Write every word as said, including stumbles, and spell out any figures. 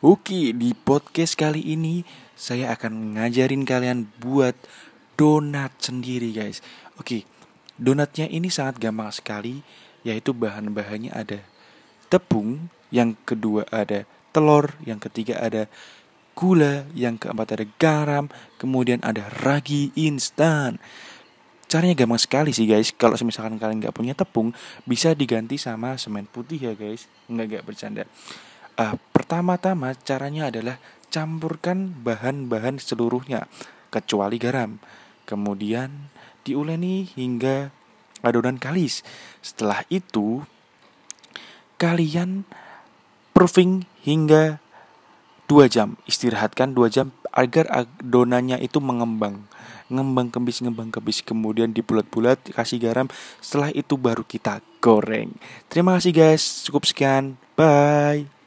Oke, di podcast kali ini saya akan ngajarin kalian buat donat sendiri, guys. Oke, donatnya ini sangat gampang sekali, yaitu bahan-bahannya ada tepung, yang kedua ada telur, yang ketiga ada gula, yang keempat ada garam, kemudian ada ragi instan. Caranya gampang sekali sih, guys. Kalau misalkan kalian nggak punya tepung, bisa diganti sama semen putih ya, guys. Nggak nggak bercanda. Ah, pertama-tama caranya adalah campurkan bahan-bahan seluruhnya kecuali garam. Kemudian diuleni hingga adonan kalis. Setelah itu kalian proofing hingga dua jam. Istirahatkan dua jam agar adonannya itu mengembang. Ngembang kebis, ngembang kebis. Kemudian dibulat-bulat, kasih garam. Setelah itu baru kita goreng. Terima kasih guys. Cukup sekian. Bye.